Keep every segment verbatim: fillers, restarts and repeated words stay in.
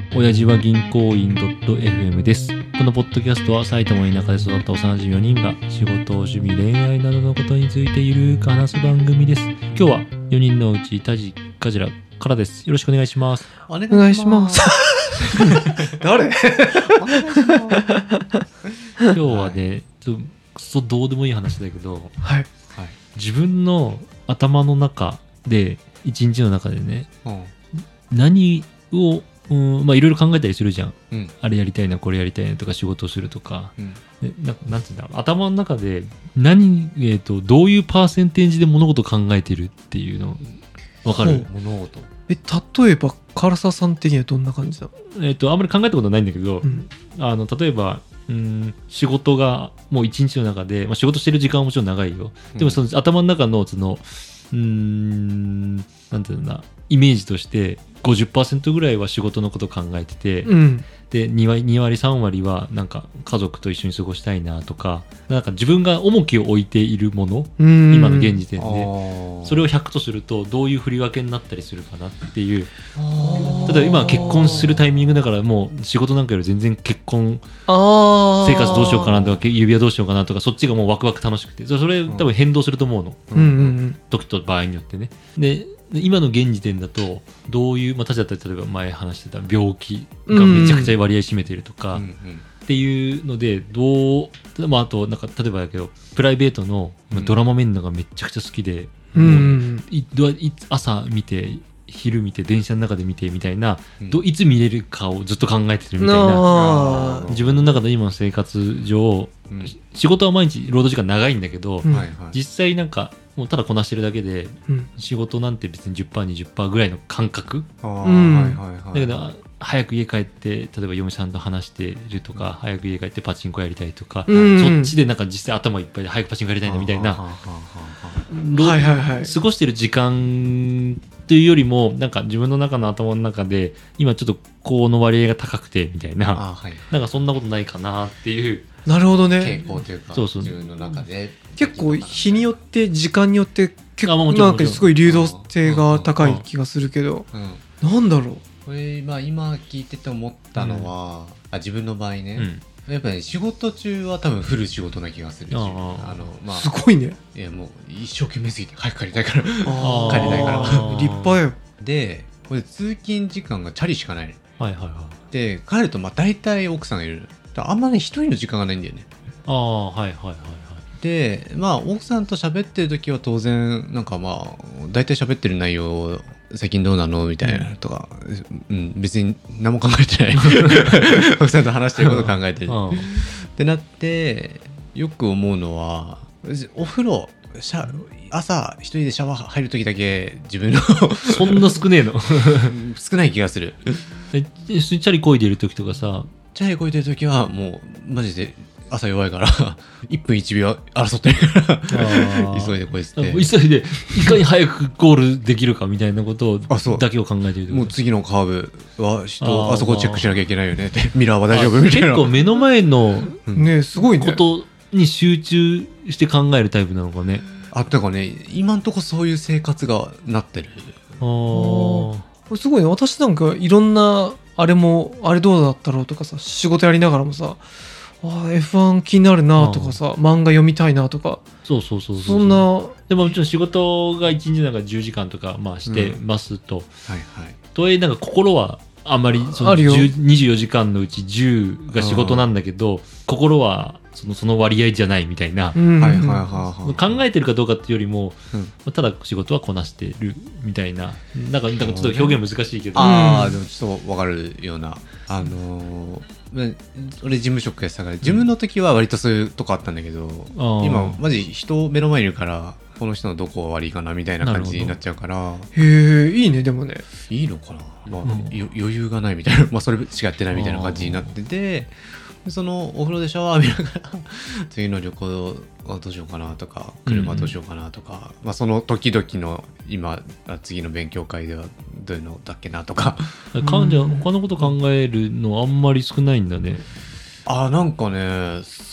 親父は銀行員 .fm です。このポッドキャストは埼玉の田舎で育った幼馴染よにんが仕事、趣味、恋愛などのことについてゆるく話す番組です。今日はよにんのうちタジ、カジラからです。よろしくお願いします。 お願いします。誰？お願いします。 今日はね、ちょっとクソどうでもいい話だけど、 はい。 自分の頭の中で一日の中でね、 うん、 何をうん、まあいろいろ考えたりするじゃん、 うん、 あれやりたいなこれやりたいなとか仕事をするとか、 うん、 でななんていうんだろう、頭の中で何、えーと、どういうパーセンテージで物事を考えてるっていうの分かる？物事、 え例えば唐沢さん的にはどんな感じだ？ えーとあんまり考えたことないんだけど、 うん、 あの例えばうん仕事がもう一日の中で、まあ、仕事してる時間はもちろん長いよ。でもその頭の中のそのうーんなんていうんだ、イメージとして ごじゅっパーセント ぐらいは仕事のことを考えてて、 うん、で 2, 割に割さん割はなんか家族と一緒に過ごしたいなとか、なんか自分が重きを置いているもの、今の現時点でそれをひゃくとするとどういう振り分けになったりするかなっていう。例えば今結婚するタイミングだからもう仕事なんかより全然結婚生活どうしようかなとか指輪どうしようかなとか、そっちがもうワクワク楽しくて、それ多分変動すると思うの、 うんうんうん、 時と場合によってね。で今の現時点だとどういう、まあ、他者だったり例えば前話してた病気がめちゃくちゃ割合占めているとか、うんうん、っていうのでどう、まあ、あとなんか例えばだけどプライベートのドラマ見るのがめちゃくちゃ好きで、 うん、 いい朝見て昼見て電車の中で見てみたいな、うん、どいつ見れるかをずっと考えてるみたいな、自分の中で今の生活上、うん、仕事は毎日労働時間長いんだけど、うん、実際なんかもうただこなしてるだけで、うん、仕事なんて別に じゅっパーセントにじゅっパーセント ぐらいの感覚、うん、だけど早く家帰って例えば嫁さんと話してるとか、うん、早く家帰ってパチンコやりたいとか、うん、そっちでなんか実際頭いっぱいで早くパチンコやりたいなみたいな、はいはいはい、過ごしてる時間というよりもなんか自分の中の頭の中で今ちょっとこの割合が高くてみたいな、はい、なんかそんなことないかなっていう。 なるほどね。 傾向というか、そうそう、自分の中で結構日によって時間によって結構なんかすごい流動性が高い気がするけど、うんうんうん、なんだろうこれ、まあ、今聞いてて思ったのは、うん、あ自分の場合ね、うん、やっぱり、ね、仕事中は多分フル仕事な気がするし、あの、まあ、 すごいね。 いやもう一生懸命すぎて早く帰りたいから帰りたいから立派よ。でこれ通勤時間がチャリしかないの、 はいはいはい、 で帰るとまあ大体奥さんがいる。あんまね一人の時間がないんだよね。 ああはいはいはいはい。 でまあ奥さんと喋ってる時は当然なんかまあ大体喋ってる内容を最近どうなのみたいなとか、うん、うん、別に何も考えてない奥さんと話してること考えてるってなって、よく思うのはお風呂シャ朝一人でシャワー入る時だけ自分のそんな少ねえの少ない気がする。 えチャリ漕いでる時とかさ、 チャリこいてるときはもうマジで朝弱いからいっぷんいちびょう争ってるから急いでこいてて、 急いでいかに早くゴールできるかみたいなことだけを考えてる。 もう次のカーブは人 あ, あそこチェックしなきゃいけないよねってミラーは大丈夫みたいな、 結構目の前のねすごいことに集中して考えるタイプなのかね。 あだからね今んとこそういう生活がなってる。 あすごいね。私なんかいろんなあれもあれどうだったろうとかさ、仕事やりながらもさあ エフワン 気になるなとかさ、漫画読みたいなとか、 そうそうそうそう、 そんな。 でももちろん仕事がいちにちなんかじゅうじかんとかまあしてますと、うん、はいはい、とはいえなんか心はあんまりそのにじゅうよじかんのうちじゅうが仕事なんだけど、心はそのその割合じゃないみたいな、うん、はいはいはいはい、考えてるかどうかっていうよりも、うん、ただ仕事はこなしてるみたいな、なんかなんかちょっと表現難しいけど、 ああでもちょっと分かるような、あのー、俺事務職やってたから自分の時は割とそういうとこあったんだけど、うん、今マジ人目の前にいるからこの人のどこが悪いかなみたいな感じになっちゃうから。 へえいいね。でもねいいのかな、まあうん、余裕がないみたいな、まあ、それしかやってないみたいな感じになってて、そのお風呂でシャワー浴びながら次の旅行はどうしようかなとか車どうしようかなとか、うんうん、まあ、その時々の今次の勉強会ではどういうのだっけなとかかんじゃ他のこと考えるのあんまり少ないんだね。 あなんかね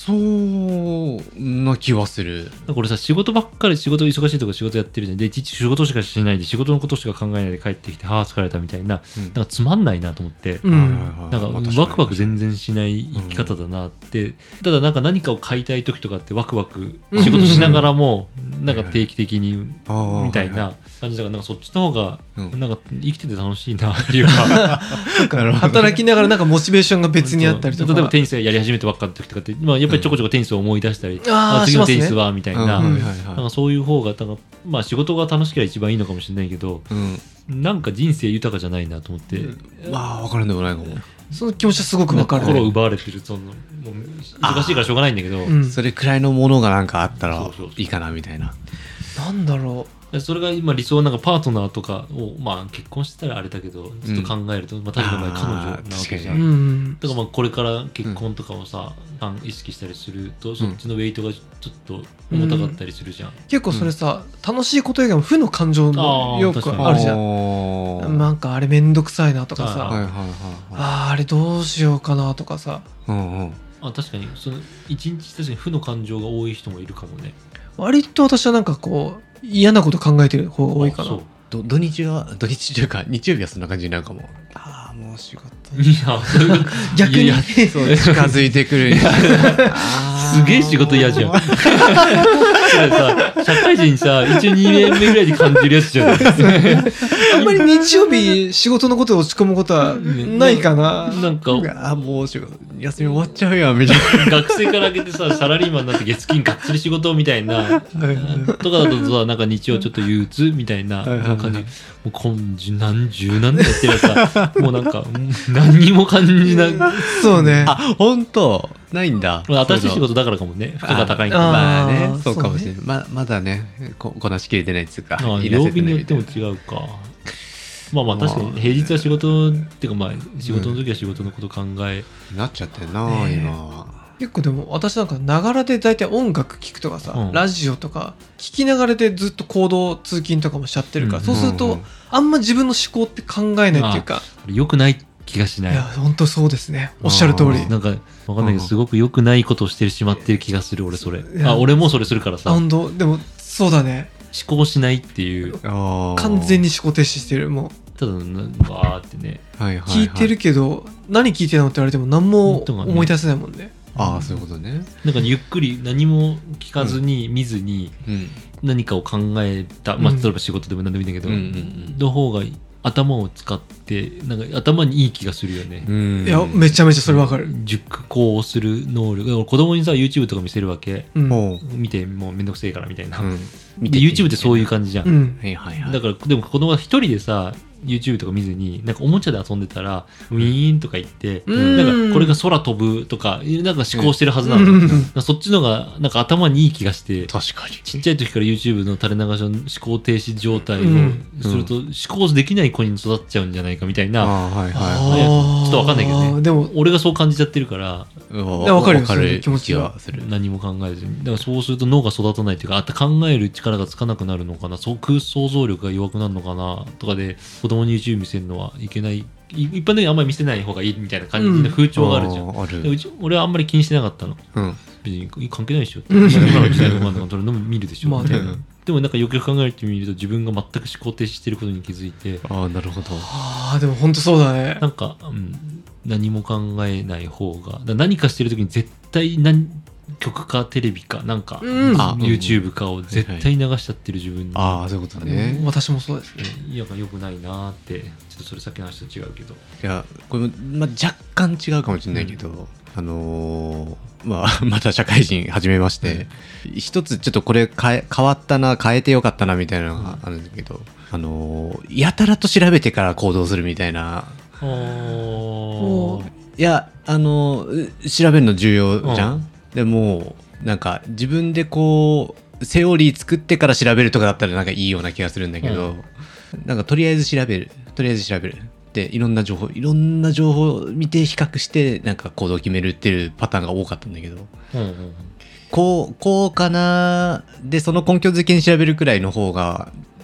そうな気はする。 なんか俺さ、仕事ばっかり、仕事忙しいとか仕事やってるじゃん。で、いちいち仕事しかしないで、仕事のことしか考えないで帰ってきて、はあ疲れたみたいな、 うんなんかつまんないなと思って、 うんはいはいはいなんかまあ確にワクワク全然しない生き方だなって、ただなんか何かを買いたい時とかってワクワク仕事しながらも、なんか定期的にあーみたいはいはな感じだから、なんかそっちの方が、 うんなんか生きてて楽しいなっていうか、 なんか働きながらなんかモチベーションが別にあったりとか。 例えばテニスやり始めてばっかの時とかって、まあ、やっぱりちょこちょこテニスを思い出したり、 あーあ次のしますねテニスはみたいな、 うんうんはいはいなんかそういう方がなんか、まあ、仕事が楽しければ一番いいのかもしれないけど、 うんなんか人生豊かじゃないなと思って、 まあ分からんでもないかも。 その気持ちはすごくわかる。 心を奪われてる、そのもう忙しいからしょうがないんだけど、 うんそれくらいのものがなんかあったらそうそうそういいかなみたいな。 なんだろそれが今理想なんかパートナーとかを、まあ、結婚してたらあれだけどちょっと考えると、まあ、タジの場合彼女なわけじゃう。 ん。 うん。 だからまあこれから結婚とかをさ、意識したりするとそっちのウェイトがちょっと重たかったりするじゃん。 結構それさ、楽しいこと以外も負の感情もよくあるじゃん。 んなんかあれめんどくさいなとかあさ、 はいはいはいはい。 あーあれどうしようかなとかさ、 うんうん。 あ確かにその一日確かに負の感情が多い人もいるかもね。 割と私はなんかこう嫌なこと考えてる方が多いかなあそう。 ど土日は土日というか日曜日はそんな感じになるかも。ああもう仕事いやそういうこと逆にいやいやそう近づいてくる。 すげえ仕事嫌じゃん。それさ社会人さ一応にねんめぐらいで感じるやつじゃん。 あんまり日曜日仕事のことで落ち込むことはないかな。 なんかああもう仕事休み終わっちゃうやんみたいな。 学生から開けてさサラリーマンになって月金がっつり仕事みたいなとかだとさなんか日曜ちょっと憂鬱みたいなはいはいはい感じ。もう今十何十何年やってるやつさもうなんかうん何にも感じない。 そうね。 あ本当ないんだ。 まあ新しい仕事だからかもね負荷が高いんあかまああねーそうかもしれない。ままだねここなしきれてないっていうか。 ああいなせ曜日によってもないみたいな違うか。まあまあ確かに平日は仕事っていうかまあ仕事の時は仕事のこと考え、 なっちゃってんなねえ今は。 結構でも私なんかながらで大体音楽聴くとかさ、 うんラジオとか聞きながらでずっと行動通勤とかもしちゃってるから、 うんそうするとうんうんあんま自分の思考って考えないっていうか、 良くない気がしないい。 や本当そうですね、おっしゃる通り。 なんかわかんないけどすごく良くないことをしてしまってる気がする俺それ。 やあ俺もそれするからさあ思本当でもそうだね、 考しないっていう完全に思考停止してる。もただなわーってね。 う聞いてるけど、何聞いてるのって言われても何も本当がね思い出せないもんね。 ああそういうことね。 なんかゆっくり何も聞かずに見ずにうん何かを考えた、まあうん例えば仕事でも何でもいいんだけど、 うんうんの方が頭を使ってなんか頭にいい気がするよね。 うん。 いやめちゃめちゃそれわかる。 熟考する能力。俺子供にさ YouTube とか見せるわけ。 うんも見てもうめんどくせえからみたいな。 う、うん、 で YouTube ってそういう感じじゃん。 うんはいはいはい。 だからでも子供が一人でさ YouTube とか見ずになんかおもちゃで遊んでたらウィーンとか言って、 うんなんかこれが空飛ぶとかなんか思考してるはずなの、 うんなんかそっちのがなんか頭にいい気がして確かに。 ちっちゃい時から YouTube の垂れ流しの思考停止状態をうんすると思考できない子に育っちゃうんじゃないかみたいな、 ああはいあはーちょっとわかんないけどねでも俺がそう感じちゃってるからい。 やわかるよわかそういうる気持ちははする。 何も考えずにだからそうすると脳が育たないっていうかあって考える力がつかなくなるのかなそう空想像力が弱くなるのかなとかで子供に YouTube 見せるのはいけないい一般的にあんまり見せない方がいいみたいな感じの風潮があるじゃん、 あーあるでうち俺はあんまり気にしてなかったのうん。 別に関係ないでしょうん今の時代のまだそれの見るでしょ、 まあねみたいなでもなんかよくよく考えてみると自分が全く思考停止してることに気づいてああなるほど。 ああでも本当そうだねな。んか、うん、何も考えない方がだから何かしてる時に絶対何曲かテレビかなんか、 うんあ YouTube かを絶対流しちゃってる自分に、 ああそういうことね。 私もそうですね。 いやが良くないなーってちょっとそれさっきの話と違うけどいやこれも、まあ、若干違うかもしれないけど、あのーまあまた社会人始めまして、一つちょっとこれ変え変わったな変えてよかったなみたいなのがあるんだけど、あのーやたらと調べてから行動するみたいな。 おいやあのー調べるの重要じゃん、でもなんか自分でこうセオリー作ってから調べるとかだったらなんかいいような気がするんだけど、なんかとりあえず調べるとりあえず調べるでいろんな情報いろんな情報を見て比較してなんか行動を決めるっていうパターンが多かったんだけど、 うんうんこうこうかなでその根拠付けに調べるくらいの方が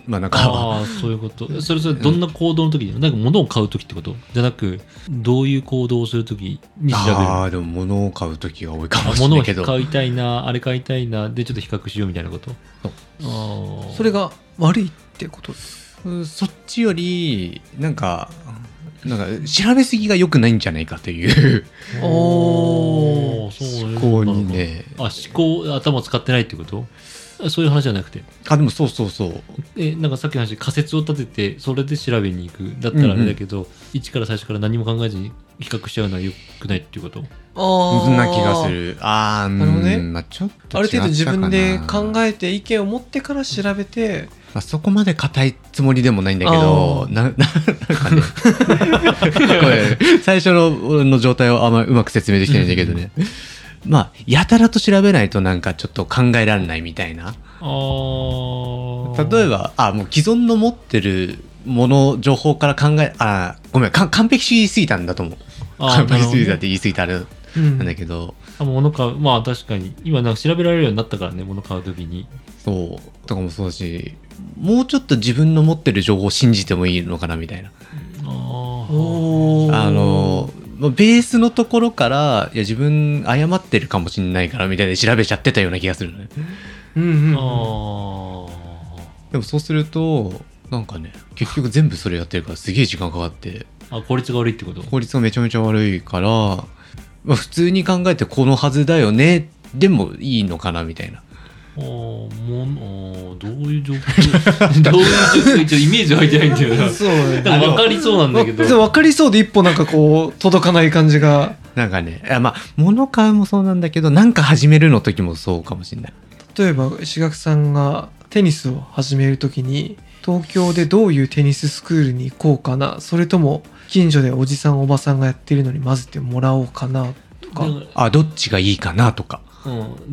まあなんかああそういうことそれそれどんな行動の時に、うん、なんか物を買う時ってことじゃなくどういう行動をする時に調べるああでも物を買う時が多いかもしれないけど物を買いたいなあれ買いたいなでちょっと比較しようみたいなことあそれが悪いってことそっちよりなんかなんか調べすぎが良くないんじゃないかというお思考にねあ思考頭使ってないってことそういう話じゃなくてあでもそうそうそうえなんかさっきの話仮説を立ててそれで調べに行くだったらあれだけど、うんうん、一から最初から何も考えずに比較しちゃうのは良くないっていうことあそんな気がするああなるほどね、まあ、ちょっとある程度自分で考えて意見を持ってから調べてまあ、そこまで硬いつもりでもないんだけどな, な, なんかねこれ最初 の, の状態をあんまりうまく説明できてないんだけどね、うん、まあやたらと調べないとなんかちょっと考えられないみたいなあ例えばあもう既存の持ってるもの情報から考えあごめんか完璧主義すぎたんだと思う完璧主義だって言い過ぎたあれなんだけど、 うん、物買うまあ確かに今なんか調べられるようになったからね物買うときにそうとかもそうだしもうちょっと自分の持ってる情報を信じてもいいのかなみたいなああのベースのところからいや自分誤ってるかもしれないからみたいで調べちゃってたような気がするのね、うんうんうん、あでもそうするとなんかね結局全部それやってるからすげえ時間かかってあ効率が悪いってこと効率がめちゃめちゃ悪いから、まあ、普通に考えてこのはずだよねでもいいのかなみたいなあもうどういう状況どういう状況一応イメージ湧いてないんだよなそう、ね、なんか分かりそうなんだけど分かりそうで一歩なんかこう届かない感じがなんかねまあ物買うもそうなんだけどなんか始めるの時もそうかもしれない例えば石垣さんがテニスを始める時に東京でどういうテニススクールに行こうかなそれとも近所でおじさんおばさんがやってるのに混ぜてもらおうかなとかあどっちがいいかなとか、 うん、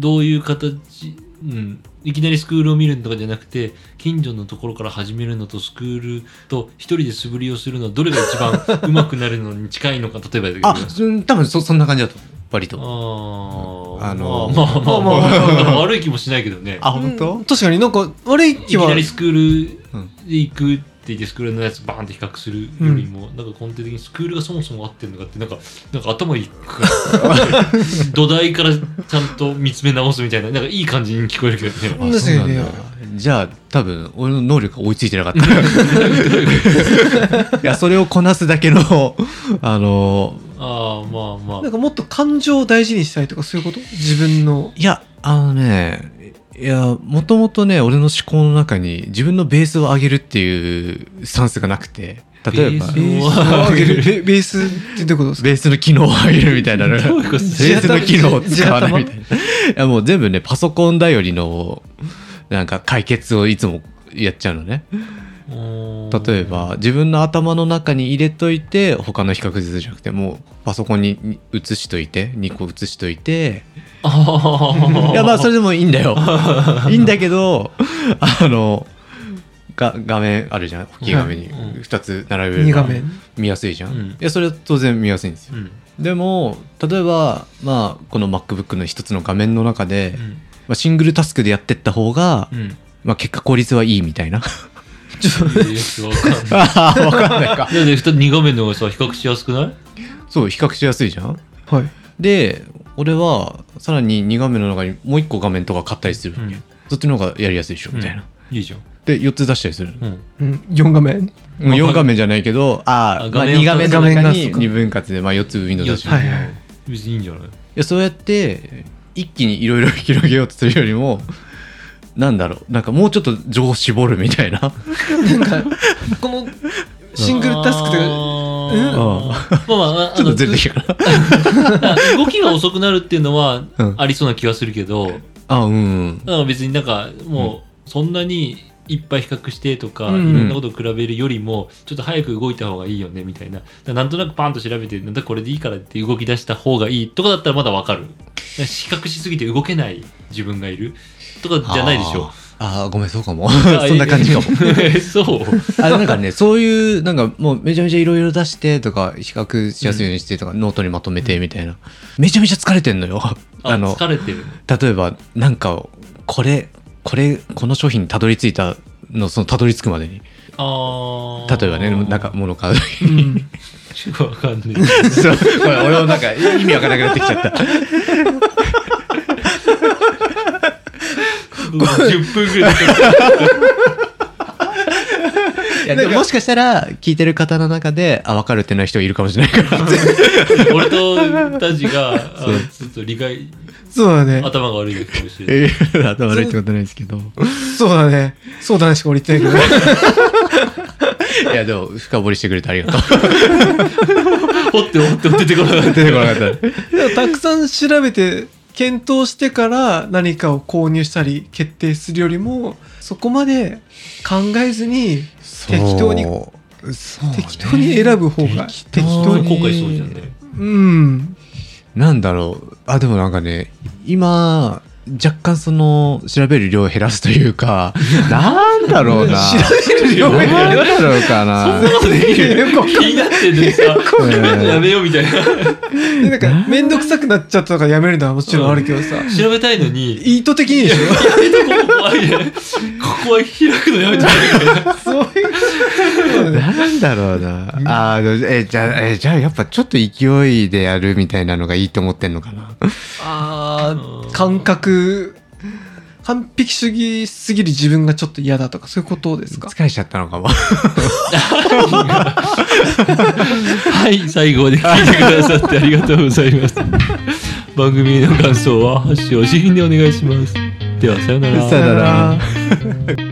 どういう形うん、いきなりスクールを見るとかじゃなくて近所のところから始めるのとスクールと一人で素振りをするのはどれが一番上手くなるのに近いのか例えばだけどあ多分 そ, そんな感じだと割とあ、うん、あのまあまあまあ、まあ、悪い気もしないけどねあ本当、 うん、確かになんか悪い気はいきなりスクールで行くって言ってスクールのやつバーンって比較するよりも、うん、なんか根底的にスクールがそもそも合ってるのかってなんかなんか頭いいから土台からちゃんと見つめ直すみたいななんかいい感じに聞こえるけどね。 あそうなんだじゃあ多分俺の能力が追いついてなかったいやそれをこなすだけのあのあまあまあなんかもっと感情を大事にしたいとかそういうこと自分のいやあのねいやもともとね俺の思考の中に自分のベースを上げるっていうスタンスがなくて例えばベースを上げるベースってどういうことですかベースの機能を上げるみたいなベースの機能を使わないみたいないやもう全部ねパソコン頼りのなんか解決をいつもやっちゃうのね例えば自分の頭の中に入れといて他の比較図じゃなくてもうパソコンに移しといてにこ移しといていやまあそれでもいいんだよいいんだけどあのが画面あるじゃん大きい画面にふたつ並べるに画面見やすいじゃん、うん、いやそれは当然見やすいんですよ、うん、でも例えばまあこの MacBook の一つの画面の中で、うんまあ、シングルタスクでやってった方が、うんまあ、結果効率はいいみたいなちょっと分かんないあ分かんないかいやでに画面の方がさ比較しやすくない？ そう比較しやすいじゃん。 はいで俺はさらにに画面の中にもういっこ画面とか買ったりするわけ、うん、そっちの方がやりやすいでしょみたいな、 うん、いいじゃんでよっつ出したりする、 うんうん、よん画面もうよん画面じゃないけどああ、まあ、に画面の中にに分割でまあよっつウィンドウ出してる、はいはい、 別にいいんじゃない？いやそうやって一気にいろいろ広げようとするよりもなんだろうなんかもうちょっと情報絞るみたいななんかこのシングルタスクで、うん、 あまあまあちょっとずれてきたかな動きが遅くなるっていうのはありそうな気がするけど、うん、 あうんだから別になんかもうそんなにいっぱい比較してとか、うん、いろんなことを比べるよりもちょっと早く動いた方がいいよねみたいななんとなくパンと調べてなんだこれでいいからって動き出した方がいいとかだったらまだわかる。比較しすぎて動けない自分がいるとかじゃないでしょ。 ああごめんそうかもそんな感じかもそうあなんかねそういうなんかもうめちゃめちゃいろいろ出してとか比較しやすいようにしてとか、うん、ノートにまとめてみたいなめちゃめちゃ疲れてんのよあの疲れてる例えばなんかこれこれこの商品にたどり着いたのそのたどり着くまでに。 あ例えばね、なんか物買う時うに。 ん、 わかんない。 そう、これ俺もなんか意味わからなくなってきちゃった。 じゅっぷんぐらいでいやでももしかしたら聞いてる方の中であ分かるってない人いるかもしれないから俺とタジがあちょっと理解そうだね。 頭が悪いだけかもしれない。 え頭悪いってことないですけどそうだね。そうだねしか俺言ってないけど。 いやでも深掘りしてくれてありがとう。 掘って掘って出てこなかった。 出てこなかった。 でもたくさん調べて検討してから何かを購入したり決定するよりもそこまで考えずに適当にそうね適当に選ぶ方が適適当に当に後悔そうじゃんね。 うんなんだろうあでもなんかね今若干その調べる量を減らすというかなんだろうな調べる量を減なんらすだろうかなそんなことできる。気になってんのにさ、 うんやめようみたいな。 でなんか面倒くさくなっちゃったとかやめるのはもちろんあるけどさ、 調べたいのに、 意図的にでしょ。 ここ怖いね。ここは開くのやめてみたいな。 そういうそうだね。 なんだろうなあーえじゃあえじゃあやっぱちょっと勢いでやるみたいなのがいいと思ってんのかな。 あー感覚完璧主義すぎる自分がちょっと嫌だとかそういうことですか。 疲れちゃったのかも。 はい、最後まで聞いてくださってありがとうございます。番組への感想はハッシュをしひんでお願いします。ではさようなら。 さよなら。